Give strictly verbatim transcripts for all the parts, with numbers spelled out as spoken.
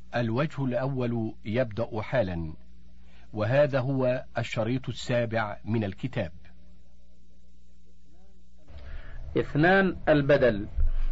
الوجه الأول يبدأ حالا، وهذا هو الشريط السابع من الكتاب. اثنان البدل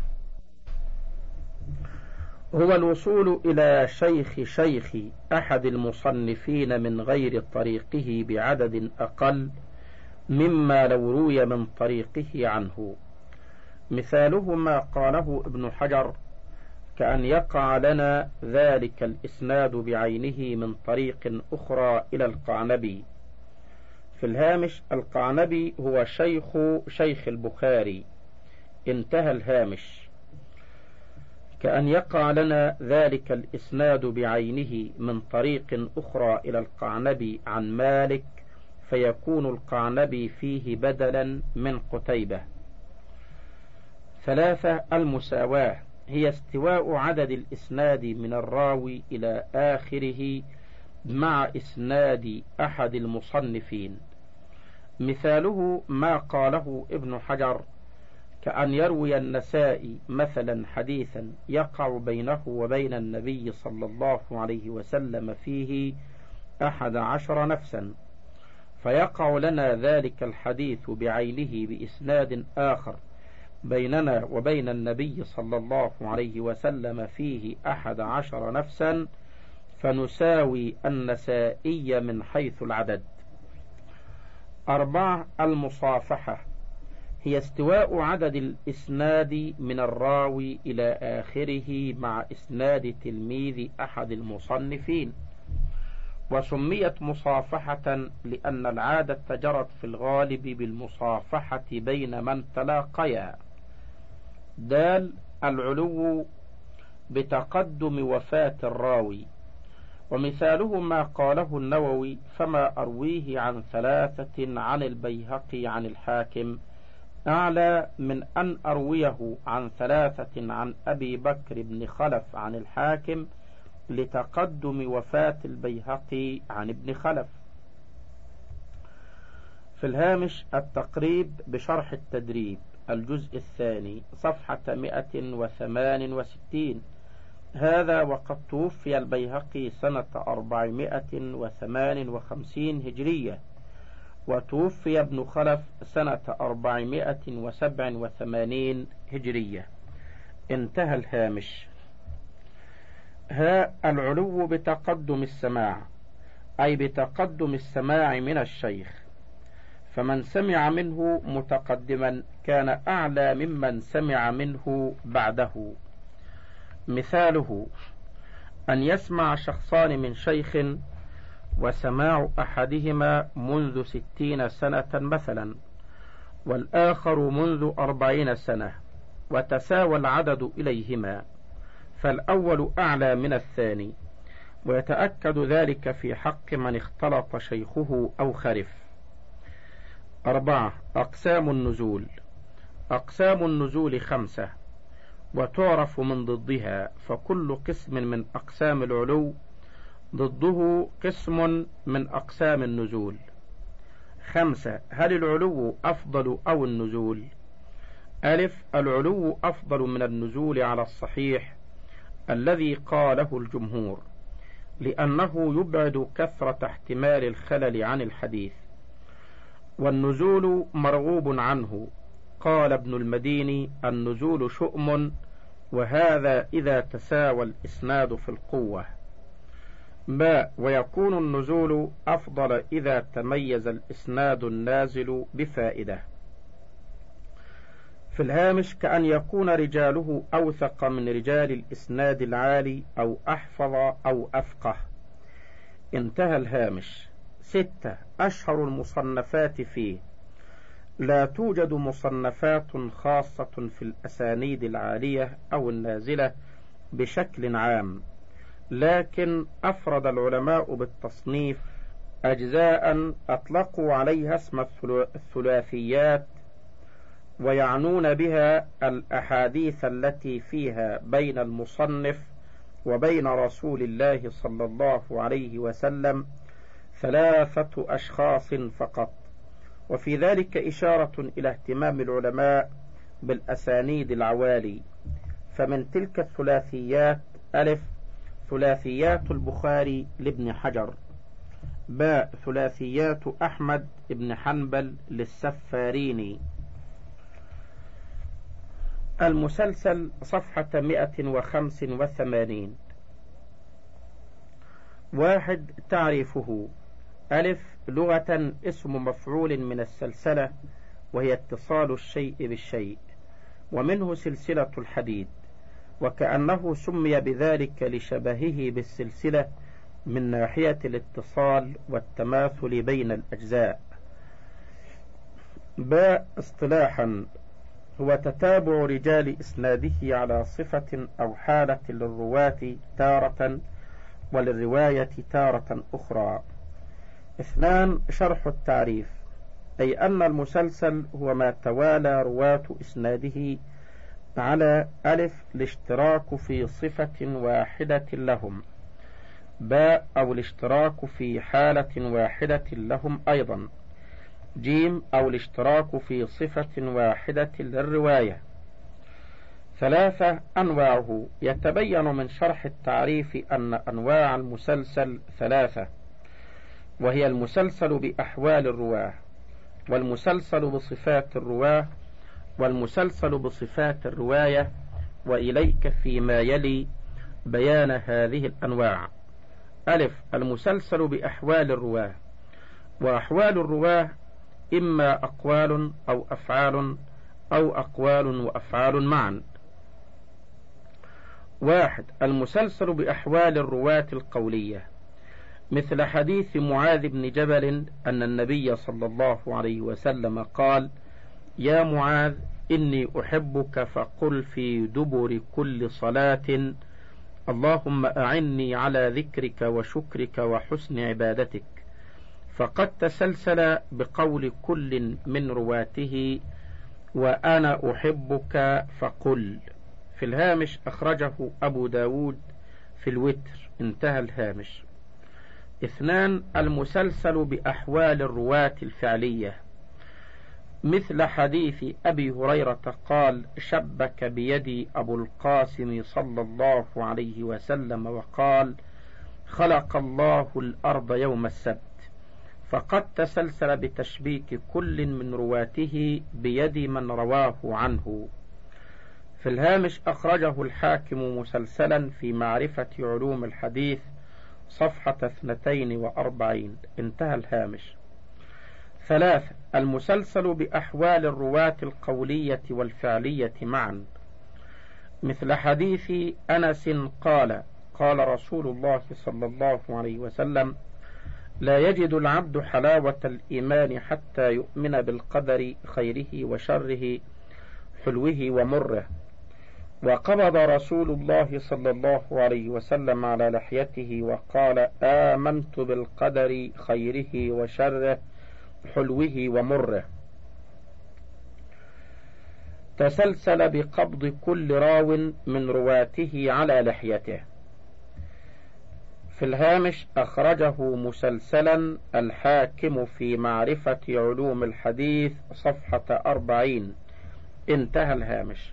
هو الوصول إلى شيخ شيخ أحد المصنفين من غير طريقه بعدد أقل مما لو روي من طريقه عنه. مثاله ما قاله ابن حجر: كأن يقع لنا ذلك الإسناد بعينه من طريق أخرى إلى القعنبي. في الهامش: القعنبي هو شيخ شيخ البخاري. انتهى الهامش. كأن يقع لنا ذلك الإسناد بعينه من طريق أخرى إلى القعنبي عن مالك، فيكون القعنبي فيه بدلا من قتيبة. ثلاثة المساواة هي استواء عدد الإسناد من الراوي إلى آخره مع إسناد أحد المصنفين. مثاله ما قاله ابن حجر: كأن يروي النسائي مثلا حديثا يقع بينه وبين النبي صلى الله عليه وسلم فيه أحد عشر نفسا، فيقع لنا ذلك الحديث بعينه بإسناد آخر بيننا وبين النبي صلى الله عليه وسلم فيه أحد عشر نفسا، فنساوي النسائي من حيث العدد. أربعة المصافحة هي استواء عدد الإسناد من الراوي إلى آخره مع إسناد تلميذ أحد المصنفين. وسميت مصافحة لأن العادة جرت في الغالب بالمصافحة بين من تلاقيا. دال العلو بتقدم وفاة الراوي. ومثاله ما قاله النووي: فما أرويه عن ثلاثة عن البيهقي عن الحاكم أعلى من أن أرويه عن ثلاثة عن أبي بكر بن خلف عن الحاكم، لتقدم وفاة البيهقي عن ابن خلف. في الهامش: التقريب بشرح التدريب، الجزء الثاني، صفحة مئة وثمان وستين. هذا وقد توفي البيهقي سنة أربعمائة وثمان وخمسين هجرية، وتوفي ابن خلف سنة أربعمائة وسبع وثمانين هجرية. انتهى الهامش. ها العلو بتقدم السماع، أي بتقدم السماع من الشيخ، فمن سمع منه متقدما كان أعلى ممن سمع منه بعده. مثاله: أن يسمع شخصان من شيخ وسماع أحدهما منذ ستين سنة مثلا، والآخر منذ أربعين سنة، وتساوى العدد إليهما، فالأول أعلى من الثاني، ويتأكد ذلك في حق من اختلط شيخه أو خرف. أربعة أقسام النزول. أقسام النزول خمسة، وتعرف من ضدها، فكل قسم من أقسام العلو ضده قسم من أقسام النزول. خمسة. هل العلو أفضل أو النزول؟ ألف: العلو أفضل من النزول على الصحيح الذي قاله الجمهور، لأنه يبعد كثرة احتمال الخلل عن الحديث. والنزول مرغوب عنه، قال ابن المديني: النزول شؤم، وهذا إذا تساوى الإسناد في القوة. باء: ويكون النزول أفضل إذا تميز الإسناد النازل بفائدة. في الهامش: كأن يكون رجاله أوثق من رجال الإسناد العالي، أو أحفظ أو أفقه. انتهى الهامش. ستة. أشهر المصنفات فيه. لا توجد مصنفات خاصة في الأسانيد العالية أو النازلة بشكل عام، لكن أفرد العلماء بالتصنيف أجزاء أطلقوا عليها اسم الثلاثيات، ويعنون بها الأحاديث التي فيها بين المصنف وبين رسول الله صلى الله عليه وسلم ثلاثة أشخاص فقط. وفي ذلك إشارة إلى اهتمام العلماء بالأسانيد العوالي. فمن تلك الثلاثيات: ألف: ثلاثيات البخاري لابن حجر. باء ثلاثيات أحمد بن حنبل للسفاريني. المسلسل صفحة مئة وخمس وثمانين. واحد. تعريفه: ألف، لغة اسم مفعول من السلسلة، وهي اتصال الشيء بالشيء، ومنه سلسلة الحديد، وكأنه سمي بذلك لشبهه بالسلسلة من ناحية الاتصال والتماثل بين الأجزاء. باء اصطلاحا: هو تتابع رجال إسناده على صفة أو حالة للرواة تارة، وللرواية تارة أخرى. اثنان. شرح التعريف: أي أن المسلسل هو ما توالى رواة إسناده على ألف الاشتراك في صفة واحدة لهم، باء أو الاشتراك في حالة واحدة لهم أيضا، جيم أو الاشتراك في صفة واحدة للرواية. ثلاثة. أنواعه: يتبين من شرح التعريف أن أنواع المسلسل ثلاثة، وهي المسلسل بأحوال الرواه، والمسلسل بصفات الرواه، والمسلسل بصفات الرواية. وإليك فيما يلي بيان هذه الأنواع. ألف. المسلسل بأحوال الرواه. وأحوال الرواه إما أقوال أو أفعال، أو أقوال وأفعال معا. واحد. المسلسل بأحوال الرواة القولية، مثل حديث معاذ بن جبل أن النبي صلى الله عليه وسلم قال: يا معاذ، إني أحبك فقل في دبر كل صلاة: اللهم أعني على ذكرك وشكرك وحسن عبادتك. فقد تسلسل بقول كل من رواته: وأنا أحبك فقل. في الهامش: أخرجه أبو داود في الوتر. انتهى الهامش. اثنان. المسلسل بأحوال الرواة الفعلية، مثل حديث أبي هريرة قال: شبك بيدي أبو القاسم صلى الله عليه وسلم وقال: خلق الله الأرض يوم السبت. فقد تسلسل بتشبيك كل من رواته بيد من رواه عنه. في الهامش: أخرجه الحاكم مسلسلا في معرفة علوم الحديث صفحة اثنتين وأربعين. انتهى الهامش. ثلاثة. المسلسل بأحوال الرواة القولية والفعلية معا، مثل حديث أنس قال: قال رسول الله صلى الله عليه وسلم: لا يجد العبد حلاوة الإيمان حتى يؤمن بالقدر خيره وشره حلوه ومره. وقبض رسول الله صلى الله عليه وسلم على لحيته وقال: آمنت بالقدر خيره وشره حلوه ومره. تسلسل بقبض كل راو من رواته على لحيته. في الهامش: أخرجه مسلسلا الحاكم في معرفة علوم الحديث صفحة أربعين. انتهى الهامش.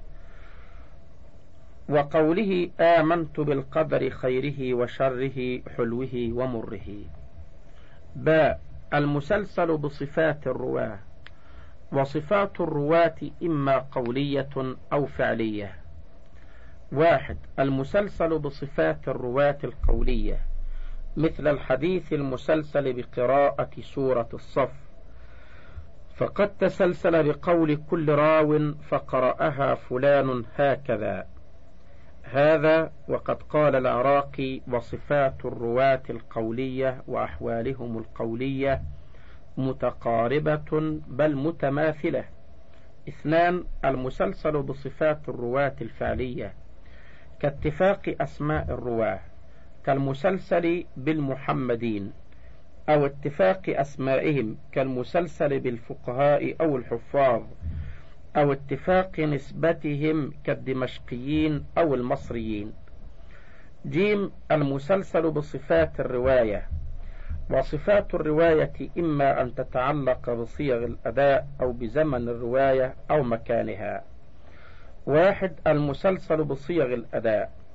وقوله: آمنت بالقدر خيره وشره حلوه ومره. باء. المسلسل بصفات الرواة. وصفات الرواة إما قولية أو فعلية. واحد. المسلسل بصفات الرواة القولية، مثل الحديث المسلسل بقراءة سورة الصف، فقد تسلسل بقول كل راو: فقرأها فلان هكذا. هذا وقد قال العراقي: وصفات الرواة القولية وأحوالهم القولية متقاربة بل متماثلة. اثنان. المسلسل بصفات الرواة الفعلية، كاتفاق أسماء الرواة، كالمسلسل بالمحمدين، أو اتفاق أسمائهم كالمسلسل بالفقهاء أو الحفاظ، أو اتفاق نسبتهم كالدمشقيين أو المصريين. جيم. المسلسل بصفات الرواية. وصفات الرواية إما أن تتعلق بصيغ الأداء أو بزمن الرواية أو مكانها. واحد. المسلسل بصيغ الأداء،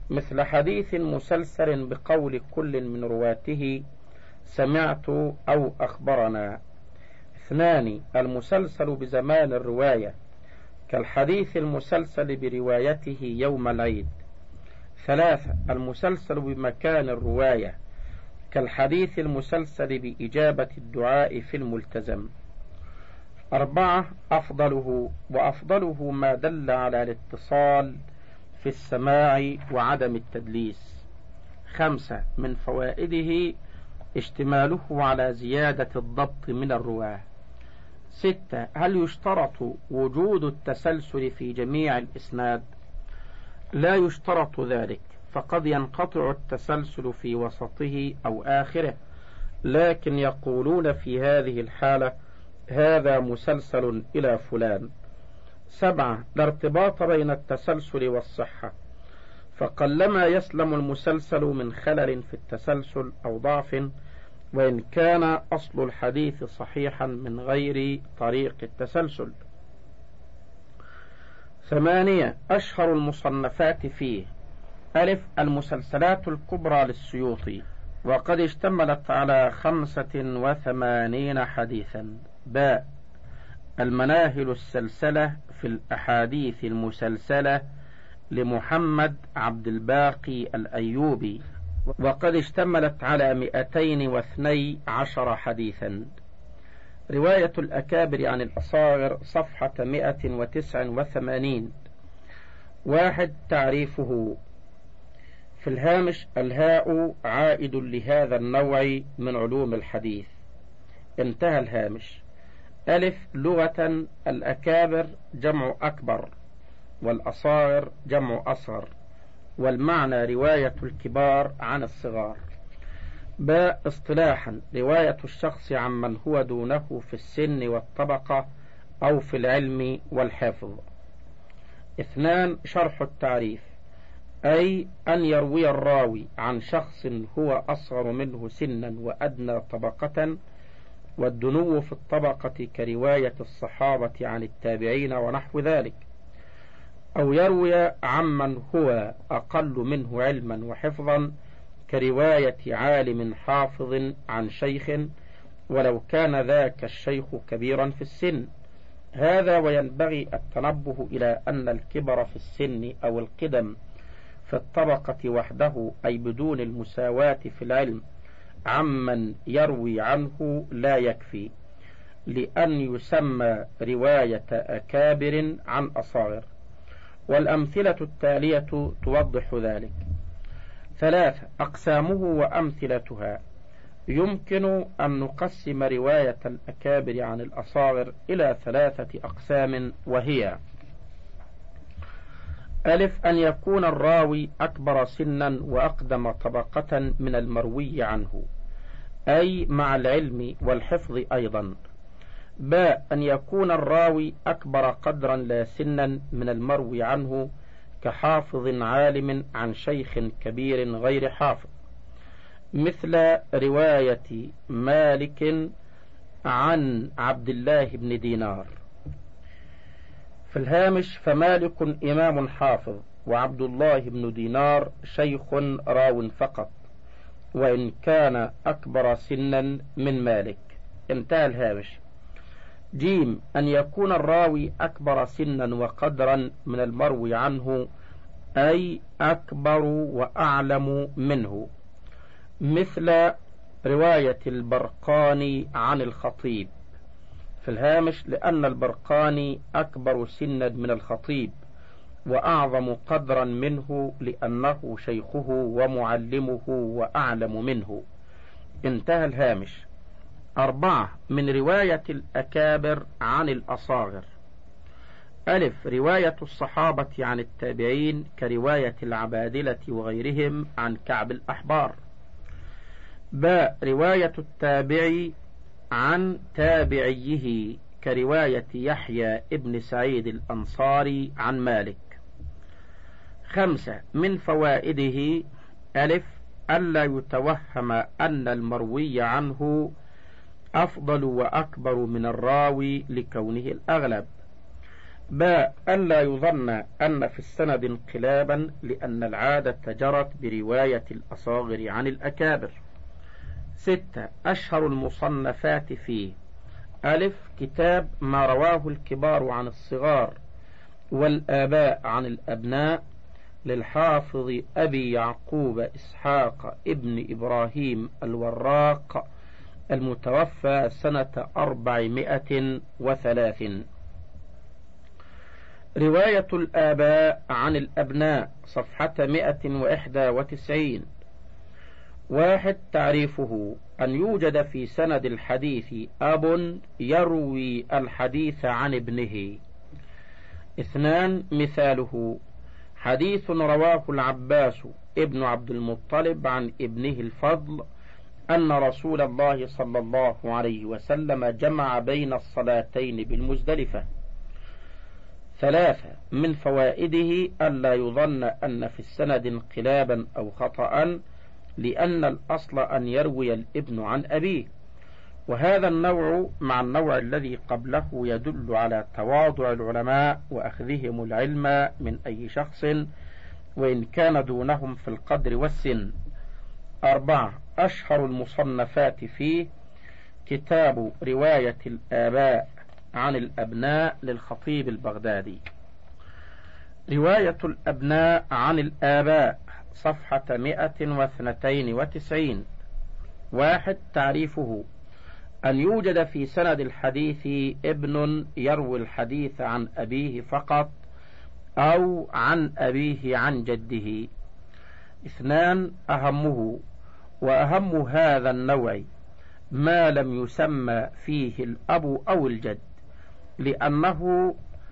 مثل حديث مسلسل بقول كل من رواته سمعت أو أخبرنا. اثنان المسلسل بزمان الرواية كالحديث المسلسل بروايته يوم العيد. ثلاثة المسلسل بمكان الرواية كالحديث المسلسل بإجابة الدعاء في الملتزم. أربعة أفضله، وأفضله ما دل على الاتصال في السماع وعدم التدليس. خمسة من فوائده اشتماله على زيادة الضبط من الرواة. ستة هل يشترط وجود التسلسل في جميع الإسناد؟ لا يشترط ذلك، فقد ينقطع التسلسل في وسطه أو آخره، لكن يقولون في هذه الحالة هذا مسلسل إلى فلان. سبعة لا ارتباط بين التسلسل والصحة، فقلما يسلم المسلسل من خلل في التسلسل أو ضعف، وإن كان أصل الحديث صحيحا من غير طريق التسلسل. ثمانية أشهر المصنفات فيه: ألف المسلسلات الكبرى للسيوطي، وقد اشتملت على خمسة وثمانين حديثا. باء المناهل السلسلة في الأحاديث المسلسلة لمحمد عبد الباقي الأيوبي، وقد اشتملت على مئتين واثني عشر حديثا. رواية الأكابر عن الأصاغر صفحة مئة وتسع وثمانين. واحد تعريفه. في الهامش الهاء عائد لهذا النوع من علوم الحديث. انتهى الهامش. ألف لغة الأكابر جمع أكبر، والأصاغر جمع أصغر، والمعنى رواية الكبار عن الصغار. باء اصطلاحا رواية الشخص عمن هو دونه في السن والطبقة أو في العلم والحفظ. اثنان شرح التعريف، أي أن يروي الراوي عن شخص هو أصغر منه سنا وأدنى طبقة، والدنو في الطبقة كرواية الصحابة عن التابعين ونحو ذلك، أو يروي عمن هو أقل منه علما وحفظا كرواية عالم حافظ عن شيخ ولو كان ذاك الشيخ كبيرا في السن. هذا وينبغي التنبه إلى أن الكبر في السن أو القدم في الطبقة وحده، أي بدون المساواة في العلم عمن يروي عنه، لا يكفي، لأن يسمى رواية أكابر عن أصاغر، والأمثلة التالية توضح ذلك. ثلاثة أقسامه وأمثلتها. يمكن أن نقسم رواية الأكابر عن الأصاغر إلى ثلاثة أقسام، وهي: ألف أن يكون الراوي أكبر سنا وأقدم طبقة من المروي عنه، أي مع العلم والحفظ أيضا. باء أن يكون الراوي أكبر قدرا لا سنا من المروي عنه كحافظ عالم عن شيخ كبير غير حافظ، مثل رواية مالك عن عبد الله بن دينار. في الهامش فمالك إمام حافظ، وعبد الله بن دينار شيخ راو فقط، وإن كان أكبر سنا من مالك. انتهى الهامش. جيم أن يكون الراوي أكبر سنا وقدرا من المروي عنه، أي أكبر وأعلم منه، مثل رواية البرقاني عن الخطيب. في الهامش لأن البرقاني أكبر سنا من الخطيب وأعظم قدرا منه لأنه شيخه ومعلمه وأعلم منه. انتهى الهامش. أربعة من رواية الأكابر عن الأصاغر. ألف رواية الصحابة عن التابعين كرواية العبادلة وغيرهم عن كعب الأحبار. باء رواية التابعي عن تابعيه كرواية يحيى ابن سعيد الأنصاري عن مالك. خمسة من فوائده. ألف ألا يتوهم أن المروي عنه أفضل وأكبر من الراوي لكونه الأغلب، باء ألا يظن أن في السند انقلابا لأن العادة جرت برواية الأصاغر عن الأكابر. ستة. أشهر المصنفات فيه: ألف كتاب ما رواه الكبار عن الصغار والآباء عن الأبناء للحافظ أبي يعقوب إسحاق ابن إبراهيم الوراق المتوفى سنة أربعمائة وثلاث. رواية الآباء عن الأبناء صفحة مائة وإحدى وتسعين. واحد. تعريفه: أن يوجد في سند الحديث أب يروي الحديث عن ابنه. اثنان. مثاله: حديث رواه العباس ابن عبد المطلب عن ابنه الفضل أن رسول الله صلى الله عليه وسلم جمع بين الصلاتين بالمزدلفة. ثلاثة. من فوائده ألا يظن أن في السند انقلابا أو خطأ لأن الأصل أن يروي الابن عن أبيه، وهذا النوع مع النوع الذي قبله يدل على تواضع العلماء وأخذهم العلم من أي شخص وإن كان دونهم في القدر والسن. أربعة. أشهر المصنفات فيه: كتاب رواية الآباء عن الأبناء للخطيب البغدادي. رواية الأبناء عن الآباء صفحة مائة واثنتين وتسعين. واحد. تعريفه: أن يوجد في سند الحديث ابن يروي الحديث عن أبيه فقط أو عن أبيه عن جده. اثنان. أهمه وأهم هذا النوع ما لم يسمى فيه الأب أو الجد، لأنه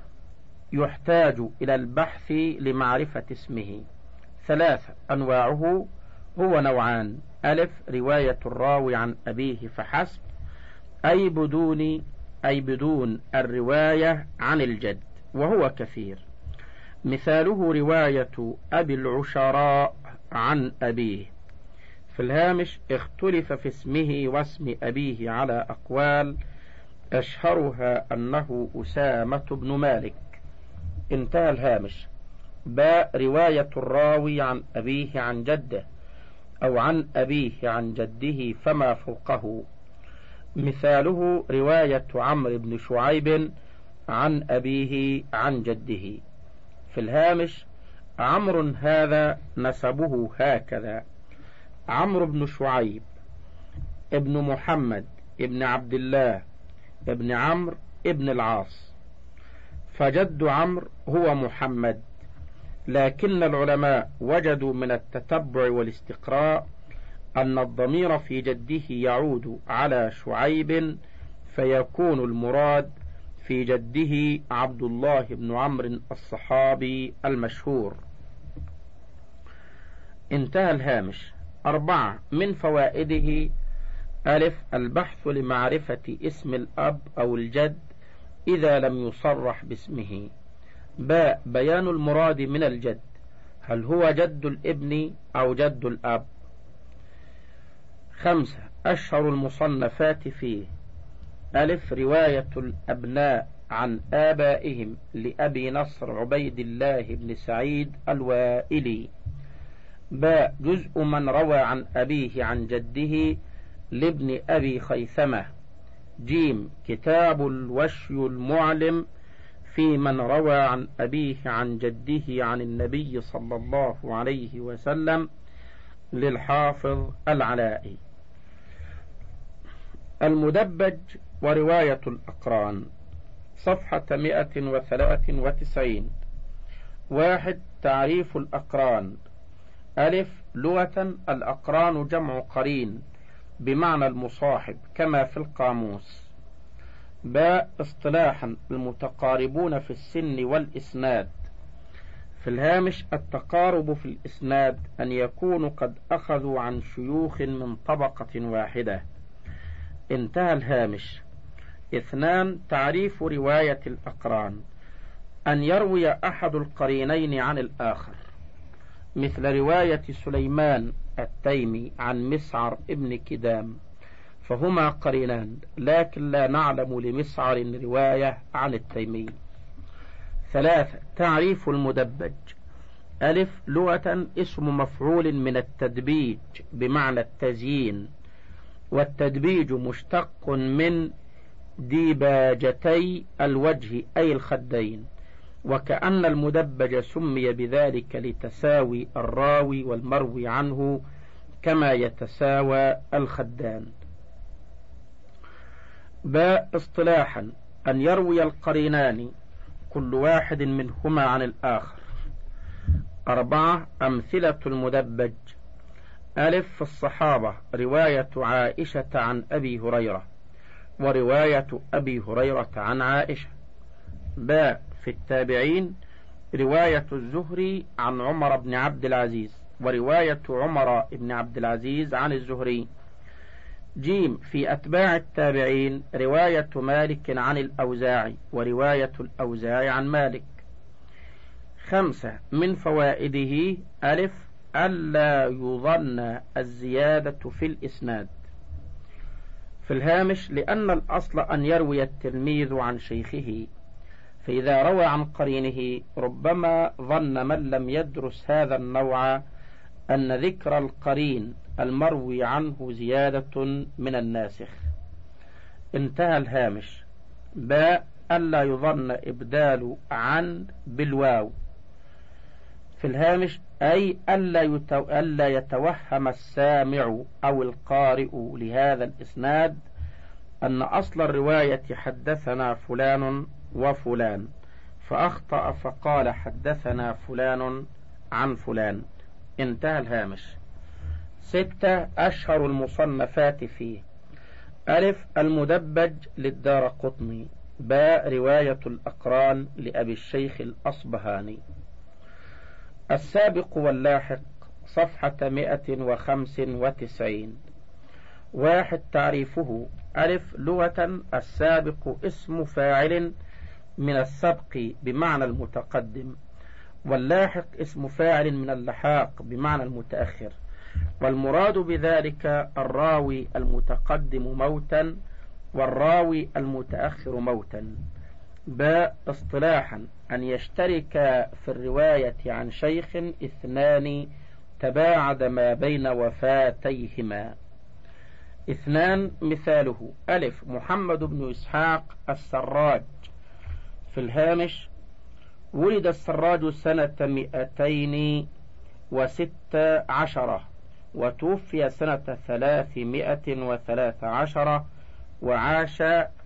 يحتاج إلى البحث لمعرفة اسمه. ثلاثة. أنواعه هو نوعان: ألف رواية الراوي عن أبيه فحسب، أي بدون أي بدون الرواية عن الجد، وهو كثير. مثاله رواية أبي العشراء عن أبيه. في الهامش: اختلف في اسمه واسم أبيه على أقوال، أشهرها أنه أسامة بن مالك. انتهى الهامش. باء رواية الراوي عن أبيه عن جده أو عن أبيه عن جده فما فوقه. مثاله رواية عمرو بن شعيب عن أبيه عن جده. في الهامش: عمرو هذا نسبه هكذا: عمرو بن شعيب ابن محمد ابن عبد الله ابن عمرو ابن العاص، فجد عمرو هو محمد، لكن العلماء وجدوا من التتبع والاستقراء أن الضمير في جده يعود على شعيب، فيكون المراد في جده عبد الله بن عمرو الصحابي المشهور. انتهى الهامش. أربعة. من فوائده: ألف البحث لمعرفة اسم الأب أو الجد إذا لم يصرح باسمه. باء بيان المراد من الجد، هل هو جد الابن أو جد الأب. خمسة. أشهر المصنفات فيه: ألف رواية الأبناء عن آبائهم لأبي نصر عبيد الله بن سعيد الوائلي. باء جزء من روى عن أبيه عن جده لابن أبي خيثمة. جيم كتاب الوشي المعلم في من روى عن أبيه عن جده عن النبي صلى الله عليه وسلم للحافظ العلائي. المدبج ورواية الأقران صفحة مائة وثلاث وتسعين. واحد. تعريف الأقران: ألف لغة الأقران جمع قرين بمعنى المصاحب كما في القاموس. باء اصطلاحا المتقاربون في السن والإسناد. في الهامش: التقارب في الإسناد أن يكونوا قد أخذوا عن شيوخ من طبقة واحدة. انتهى الهامش. اثنان. تعريف رواية الأقران: أن يروي أحد القرينين عن الآخر، مثل رواية سليمان التيمي عن مسعر ابن كدام، فهما قرينان لكن لا نعلم لمسعر رواية عن التيمي. ثلاثة. تعريف المدبج. ألف لغة اسم مفعول من التدبيج بمعنى التزيين، والتدبيج مشتق من ديباجتي الوجه أي الخدين، وكأن المدبج سمي بذلك لتساوي الراوي والمروي عنه كما يتساوى الخدان. باء اصطلاحا أن يروي القرينان كل واحد منهما عن الآخر. أربعة. أمثلة المدبج. ألف في الصحابة رواية عائشة عن أبي هريرة، ورواية أبي هريرة عن عائشة. باء في التابعين رواية الزهري عن عمر بن عبد العزيز، ورواية عمر بن عبد العزيز عن الزهري. جيم في أتباع التابعين رواية مالك عن الأوزاعي، ورواية الأوزاعي عن مالك. خمسة. من فوائده. ألف ألا يظن الزيادة في الإسناد. في الهامش لأن الأصل أن يروي التلميذ عن شيخه، فإذا روى عن قرينه ربما ظن من لم يدرس هذا النوع أن ذكر القرين المروي عنه زيادة من الناسخ. انتهى الهامش. باء ألا يظن إبدال عن بالواو. في الهامش أي ألا يتوهم السامع أو القارئ لهذا الإسناد أن أصل الرواية حدثنا فلان وفلان، فأخطأ فقال حدثنا فلان عن فلان. انتهى الهامش. ستة. أشهر المصنفات فيه. ألف المدبج للدارقطني. باء رواية الأقران لأبي الشيخ الأصبهاني. السابق واللاحق صفحة مئة وخمس وتسعين. واحد. تعريفه. ألف لغة السابق اسم فاعل من السبق بمعنى المتقدم، واللاحق اسم فاعل من اللحاق بمعنى المتأخر، والمراد بذلك الراوي المتقدم موتا والراوي المتأخر موتا. باء اصطلاحا أن يشترك في الرواية عن شيخ اثنان تباعد ما بين وفاتيهما. اثنان مثاله. ألف محمد بن إسحاق السراج. في الهامش ولد السراج سنة مئتين وست عشرة، وتوفي سنة ثلاثمائة وثلاث عشر، وعاش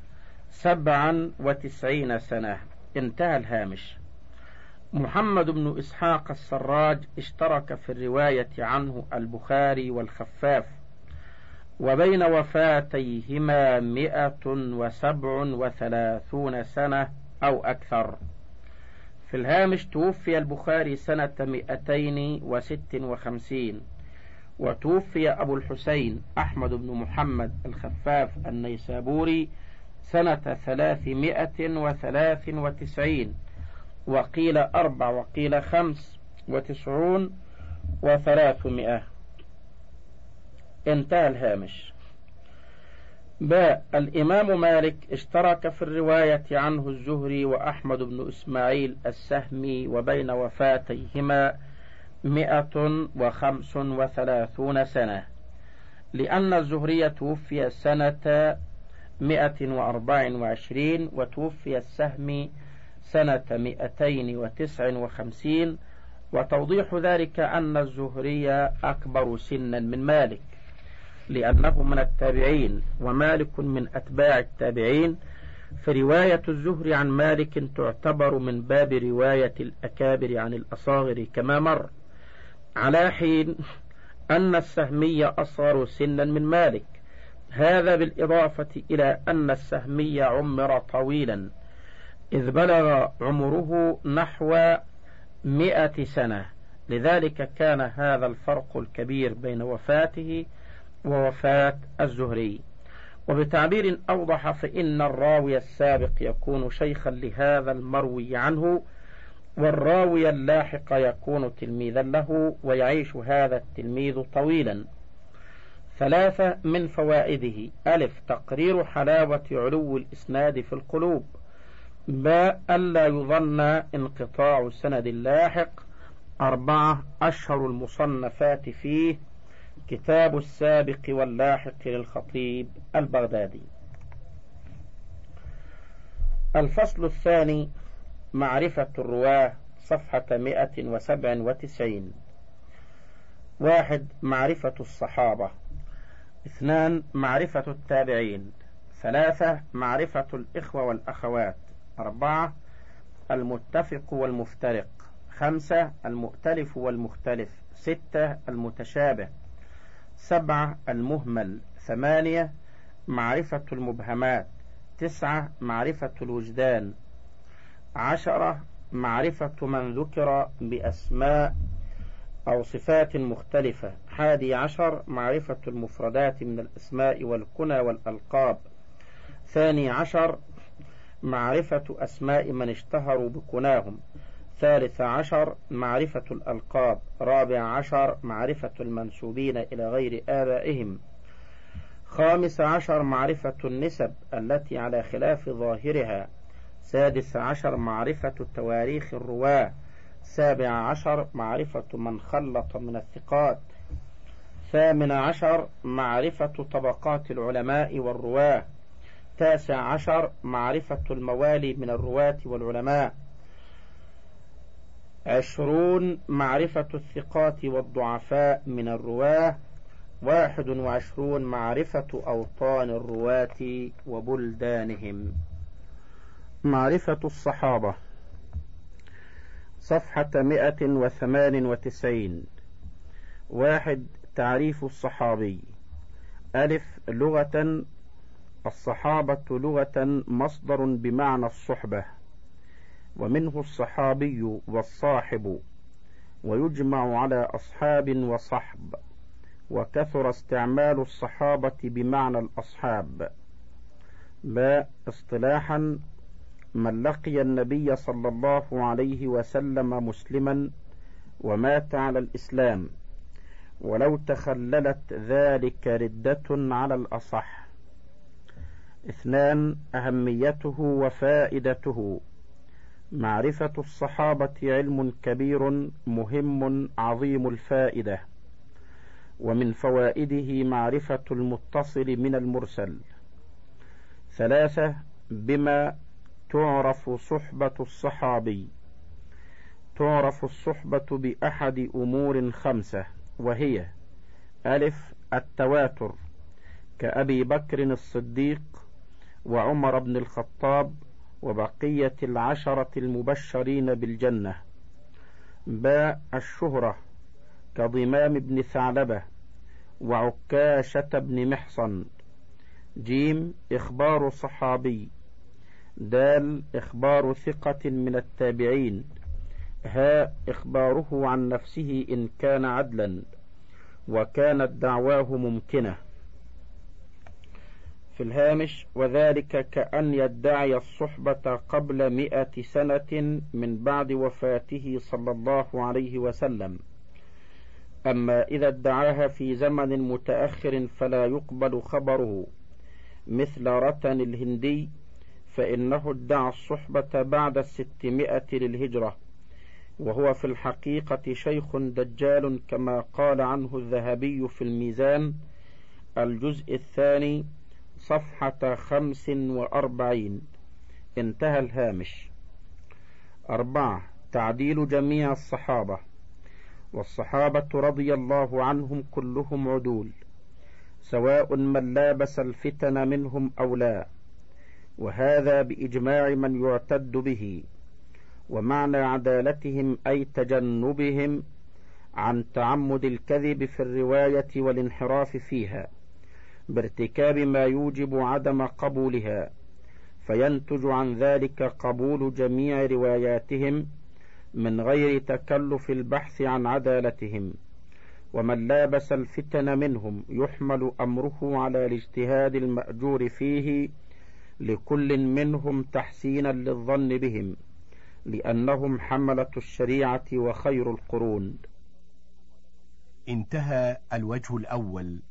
سبعا وتسعين سنة. انتهى الهامش. محمد بن إسحاق السراج اشترك في الرواية عنه البخاري والخفاف، وبين وفاتيهما مئة وسبع وثلاثون سنة أو أكثر. في الهامش توفي البخاري سنة مئتين وست وخمسين، وتوفي أبو الحسين أحمد بن محمد الخفاف النيسابوري سنة ثلاثمائة وثلاث وتسعين، وقيل أربع وقيل خمس وتسعون وثلاثمائة. انتهى الهامش. باء الإمام مالك اشترك في الرواية عنه الزهري وأحمد بن إسماعيل السهمي، وبين وفاتيهما مئة وخمس وثلاثون سنة، لأن الزهري توفي سنة مئة وأربع وعشرين، وتوفي السهمي سنة مئتين وتسع وخمسين. وتوضيح ذلك أن الزهري أكبر سنا من مالك لأنه من التابعين، ومالك من أتباع التابعين، فرواية الزهري عن مالك تعتبر من باب رواية الأكابر عن الأصاغر كما مر، على حين أن السهمي أصغر سنا من مالك، هذا بالإضافة إلى أن السهمي عمر طويلا إذ بلغ عمره نحو مئة سنة، لذلك كان هذا الفرق الكبير بين وفاته ووفاة الزهري. وبتعبير أوضح فإن الراوي السابق يكون شيخا لهذا المروي عنه، والراوي اللاحق يكون تلميذا له، ويعيش هذا التلميذ طويلا. ثلاثة. من فوائده. ألف تقرير حلاوة علو الإسناد في القلوب، باء ألا يظن انقطاع سند اللاحق. أربعة أشهر المصنفات فيه كتاب السابق واللاحق للخطيب البغدادي. الفصل الثاني معرفة الرواة، صفحة مئة وسبع وتسعين. واحد معرفة الصحابة. اثنان معرفة التابعين. ثلاثة معرفة الإخوة والأخوات. أربعة المتفق والمفترق. خمسة المؤتلف والمختلف. ستة المتشابه. سبعة المهمل. ثمانية معرفة المبهمات. تسعة معرفة الوجدان. عشرة معرفة من ذكر بأسماء أو صفات مختلفة. حادي عشر معرفة المفردات من الأسماء والكنى والألقاب. ثاني عشر معرفة أسماء من اشتهروا بكناهم. ثالث عشر معرفة الألقاب. رابع عشر معرفة المنسوبين إلى غير آبائهم. خامس عشر معرفة النسب التي على خلاف ظاهرها. سادس عشر معرفة تواريخ الرواة. سابع عشر معرفة من خلط من الثقات. ثامن عشر معرفة طبقات العلماء والرواة. تاسع عشر معرفة الموالي من الرواة والعلماء. عشرون معرفة الثقات والضعفاء من الرواة. واحد وعشرون معرفة أوطان الرواة وبلدانهم. معرفة الصحابة، صفحة مئة وثمان وتسعين. واحد تعريف الصحابي. ألف لغة: الصحابة لغة مصدر بمعنى الصحبة، ومنه الصحابي والصاحب، ويجمع على أصحاب وصحب، وكثر استعمال الصحابة بمعنى الأصحاب. باء اصطلاحا: من لقي النبي صلى الله عليه وسلم مسلما ومات على الإسلام، ولو تخللت ذلك ردة على الأصح. اثنان أهميته وفائدته. معرفة الصحابة علم كبير مهم عظيم الفائدة، ومن فوائده معرفة المتصل من المرسل. ثلاثة بما تعرف صحبة الصحابي. تعرف الصحبة بأحد أمور خمسة، وهي: ألف التواتر، كأبي بكر الصديق وعمر بن الخطاب وبقية العشرة المبشرين بالجنة. باء الشهرة، كضمام بن ثعلبة وعكاشة بن محصن. جيم إخبار صحابي. دال إخبار ثقة من التابعين. هاء إخباره عن نفسه إن كان عدلا وكانت دعواه ممكنة. في الهامش: وذلك كأن يدعي الصحبة قبل مئة سنة من بعد وفاته صلى الله عليه وسلم. أما إذا ادعاها في زمن متأخر فلا يقبل خبره، مثل رتن الهندي، فإنه ادعى الصحبة بعد الستمائة للهجرة، وهو في الحقيقة شيخ دجال، كما قال عنه الذهبي في الميزان الجزء الثاني صفحة خمس وأربعين. انتهى الهامش. أربعة تعديل جميع الصحابة. والصحابة رضي الله عنهم كلهم عدول، سواء من لابس الفتن منهم أو لا، وهذا بإجماع من يعتد به. ومعنى عدالتهم أي تجنبهم عن تعمد الكذب في الرواية والانحراف فيها بارتكاب ما يوجب عدم قبولها، فينتج عن ذلك قبول جميع رواياتهم من غير تكلف البحث عن عدالتهم. ومن لابس الفتن منهم يحمل أمره على الاجتهاد المأجور فيه لكل منهم تحسينا للظن بهم، لأنهم حملة الشريعة وخير القرون. انتهى الوجه الأول